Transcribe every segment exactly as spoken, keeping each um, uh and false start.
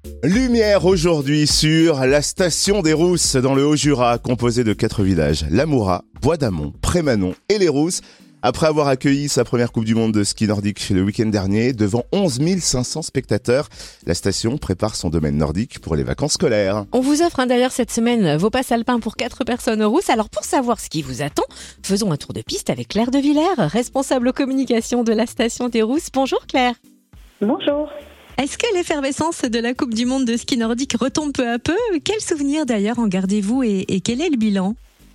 Lumière aujourd'hui sur la station des Rousses dans le Haut-Jura, composée de quatre villages, Lamoura, Bois d'Amont, Prémanon et les Rousses. Après avoir accueilli sa première Coupe du Monde de ski nordique le week-end dernier, devant onze mille cinq cents spectateurs, la station prépare son domaine nordique pour les vacances scolaires. On vous offre hein, d'ailleurs cette semaine vos passes alpins pour quatre personnes aux Rousses. Alors pour savoir ce qui vous attend, faisons un tour de piste avec Claire de Villers, responsable communication de la station des Rousses. Bonjour Claire. Bonjour. Est-ce que l'effervescence de la Coupe du Monde de ski nordique retombe peu à peu ? Quels souvenirs d'ailleurs en gardez-vous et, et quel est le bilan ?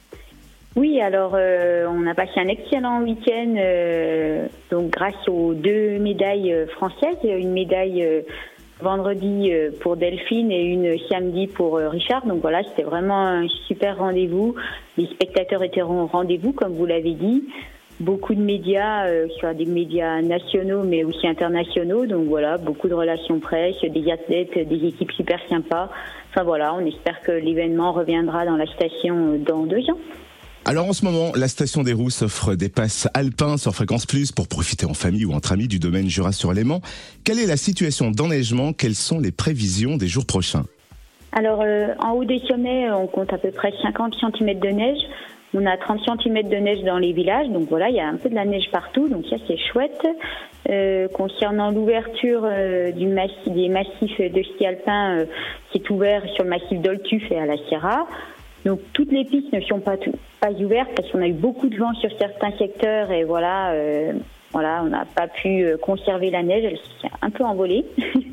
Oui, alors euh, on a passé un excellent week-end euh, donc grâce aux deux médailles françaises, une médaille euh, vendredi euh, pour Delphine et une samedi pour euh, Richard. Donc voilà, c'était vraiment un super rendez-vous. Les spectateurs étaient au rendez-vous, comme vous l'avez dit. Beaucoup de médias, euh, soit des médias nationaux mais aussi internationaux. Donc voilà, beaucoup de relations presse, des athlètes, des équipes super sympas. Enfin voilà, on espère que l'événement reviendra dans la station dans deux ans. Alors en ce moment, la station des Rousses offre des passes alpins sur Fréquence Plus pour profiter en famille ou entre amis du domaine Jura-sur-Léman. Quelle est la situation d'enneigement ? Quelles sont les prévisions des jours prochains ? Alors euh, en haut des sommets, on compte à peu près cinquante centimètres de neige. On a trente centimètres de neige dans les villages, donc voilà, il y a un peu de la neige partout, donc ça c'est chouette. Euh, concernant l'ouverture euh, du massif, des massifs de ski alpin, euh, qui est ouvert sur le massif d'Oltuf et à la Sierra. Donc toutes les pistes ne sont pas, tout, pas ouvertes parce qu'on a eu beaucoup de vent sur certains secteurs et voilà, euh, voilà, on n'a pas pu conserver la neige, elle s'est un peu envolée.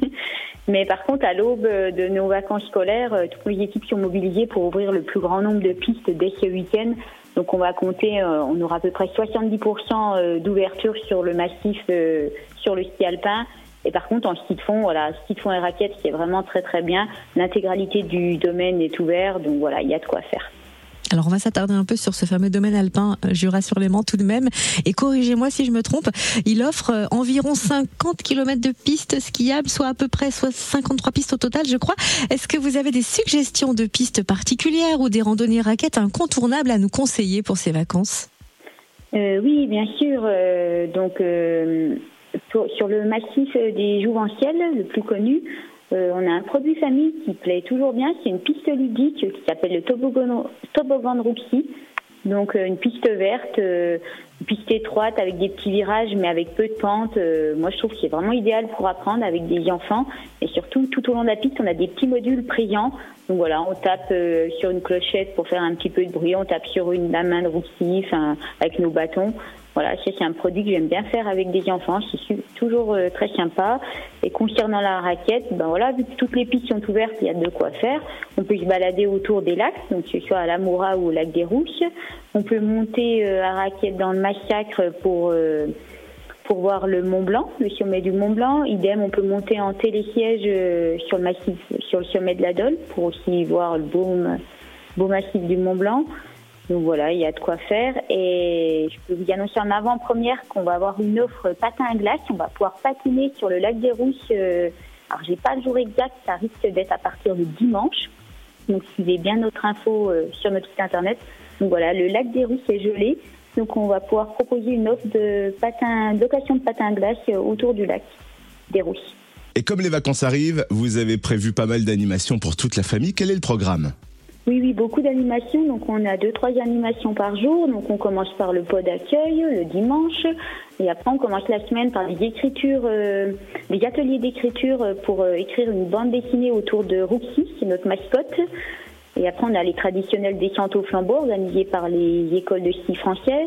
Mais par contre, à l'aube de nos vacances scolaires, toutes les équipes sont mobilisées pour ouvrir le plus grand nombre de pistes dès ce week-end. Donc on va compter, on aura à peu près soixante-dix pour cent d'ouverture sur le massif, sur le ski alpin. Et par contre, en ski de fond, voilà, ski de fond et raquettes, c'est vraiment très très bien. L'intégralité du domaine est ouverte, donc voilà, il y a de quoi faire. Alors on va s'attarder un peu sur ce fameux domaine alpin Jura-sur-Léman tout de même. Et corrigez-moi si je me trompe, il offre environ cinquante kilomètres de pistes skiables, soit à peu près soit cinquante-trois pistes au total, je crois. Est-ce que vous avez des suggestions de pistes particulières ou des randonnées raquettes incontournables à nous conseiller pour ces vacances ? euh, Oui, bien sûr. Euh, donc euh, pour, sur le massif des Jouvencielles, le plus connu, Euh, on a un produit famille qui plaît toujours bien, c'est une piste ludique qui s'appelle le toboggan, toboggan de Rouxy. Donc euh, une piste verte, euh, une piste étroite avec des petits virages mais avec peu de pente. Euh, moi je trouve que c'est vraiment idéal pour apprendre avec des enfants. Et surtout tout au long de la piste on a des petits modules brillants. Donc voilà, on tape euh, sur une clochette pour faire un petit peu de bruit, on tape sur une la main de Rouxy, enfin avec nos bâtons. Voilà, ça c'est un produit que j'aime bien faire avec des enfants, c'est toujours euh, très sympa. Et concernant la raquette, ben voilà, vu que toutes les pistes sont ouvertes, il y a de quoi faire. On peut se balader autour des lacs, donc que ce soit à Lamoura ou au lac des Rousses. On peut monter euh, à raquette dans le Massacre pour euh, pour voir le Mont Blanc, le sommet du Mont Blanc. Idem, on peut monter en télésiège euh, sur le massif, sur le sommet de la Dole pour aussi voir le beau beau massif du Mont Blanc. Donc voilà, il y a de quoi faire et je peux vous annoncer en avant-première qu'on va avoir une offre patin à glace. On va pouvoir patiner sur le lac des Rousses. Euh, alors j'ai pas le jour exact, ça risque d'être à partir de dimanche. Donc suivez bien notre info euh, sur notre site internet. Donc voilà, le lac des Rousses est gelé. Donc on va pouvoir proposer une offre de patin, de location de patin à glace euh, autour du lac des Rousses. Et comme les vacances arrivent, vous avez prévu pas mal d'animations pour toute la famille. Quel est le programme ? Oui, oui, beaucoup d'animations. Donc, on a deux, trois animations par jour. Donc, on commence par le pot d'accueil le dimanche. Et après, on commence la semaine par des écritures, euh, des ateliers d'écriture pour euh, écrire une bande dessinée autour de Rouxy, c'est notre mascotte. Et après, on a les traditionnels descentes au flambeau organisés par les écoles de ski français.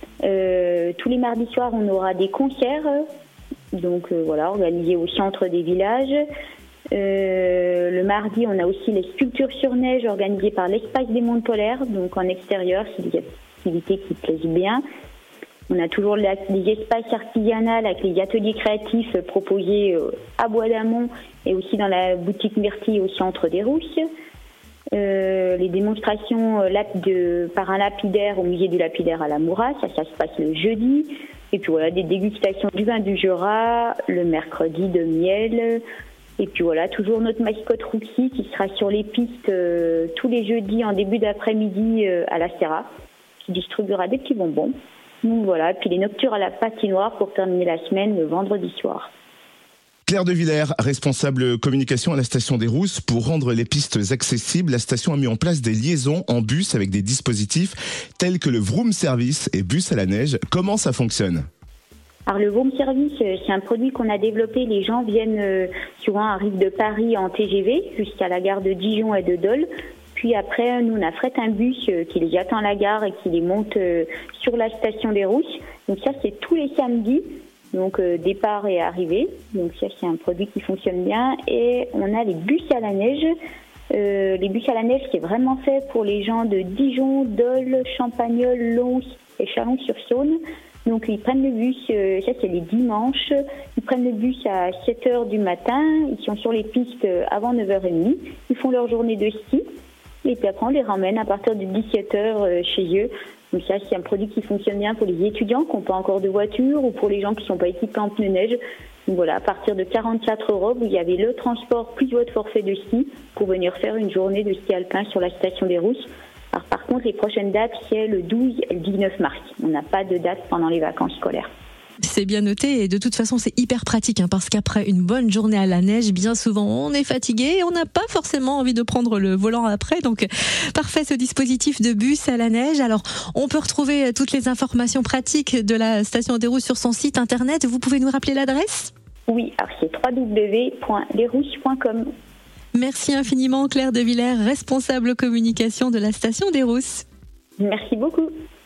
Euh, tous les mardis soirs, on aura des concerts. Donc, euh, voilà, organisés au centre des villages. Euh, le mardi, on a aussi les sculptures sur neige organisées par l'Espace des Mondes Polaires, donc en extérieur, c'est des activités qui plaisent bien. On a toujours les espaces artisanaux avec les ateliers créatifs proposés à Bois d'Amont et aussi dans la boutique Myrtille au centre des Rousses. Euh, les démonstrations de, par un lapidaire au musée du lapidaire à Lamoura, ça, ça se passe le jeudi. Et puis voilà, des dégustations du vin du Jura, le mercredi de miel. Et puis voilà, toujours notre mascotte Rouxy qui sera sur les pistes euh, tous les jeudis en début d'après-midi euh, à la Sierra, qui distribuera des petits bonbons. Donc voilà, puis les nocturnes à la patinoire pour terminer la semaine le vendredi soir. Claire de Villers, responsable communication à la station des Rousses. Pour rendre les pistes accessibles, la station a mis en place des liaisons en bus avec des dispositifs tels que le Vroom Service et Bus à la neige. Comment ça fonctionne ? Alors le Vroom Service, c'est un produit qu'on a développé. Les gens viennent euh, souvent arrivent de Paris en T G V jusqu'à la gare de Dijon et de Dole. Puis après, nous on affrète un bus euh, qui les attend à la gare et qui les monte euh, sur la station des Rousses. Donc ça, c'est tous les samedis. Donc euh, départ et arrivée. Donc ça, c'est un produit qui fonctionne bien. Et on a les bus à la neige. Euh, les bus à la neige, c'est vraiment fait pour les gens de Dijon, Dole, Champagnole, Lons et Chalon-sur-Saône. Donc ils prennent le bus, euh, ça c'est les dimanches, ils prennent le bus à sept heures du matin, ils sont sur les pistes avant neuf heures trente, ils font leur journée de ski et puis après on les ramène à partir de dix-sept heures chez eux. Donc ça c'est un produit qui fonctionne bien pour les étudiants qui n'ont pas encore de voiture ou pour les gens qui ne sont pas équipés en pneus neige. Donc voilà, à partir de quarante-quatre euros, vous y avez le transport plus votre forfait de ski pour venir faire une journée de ski alpin sur la station des Rousses. Alors par contre, les prochaines dates, c'est le douze et le dix-neuf mars. On n'a pas de date pendant les vacances scolaires. C'est bien noté et de toute façon c'est hyper pratique hein, parce qu'après une bonne journée à la neige, bien souvent on est fatigué et on n'a pas forcément envie de prendre le volant après. Donc parfait ce dispositif de bus à la neige. Alors on peut retrouver toutes les informations pratiques de la station des Rousses sur son site internet. Vous pouvez nous rappeler l'adresse ? Oui, alors c'est w w w point les rousses point com. Merci infiniment Claire de Villers, responsable communication de la station des Rousses. Merci beaucoup.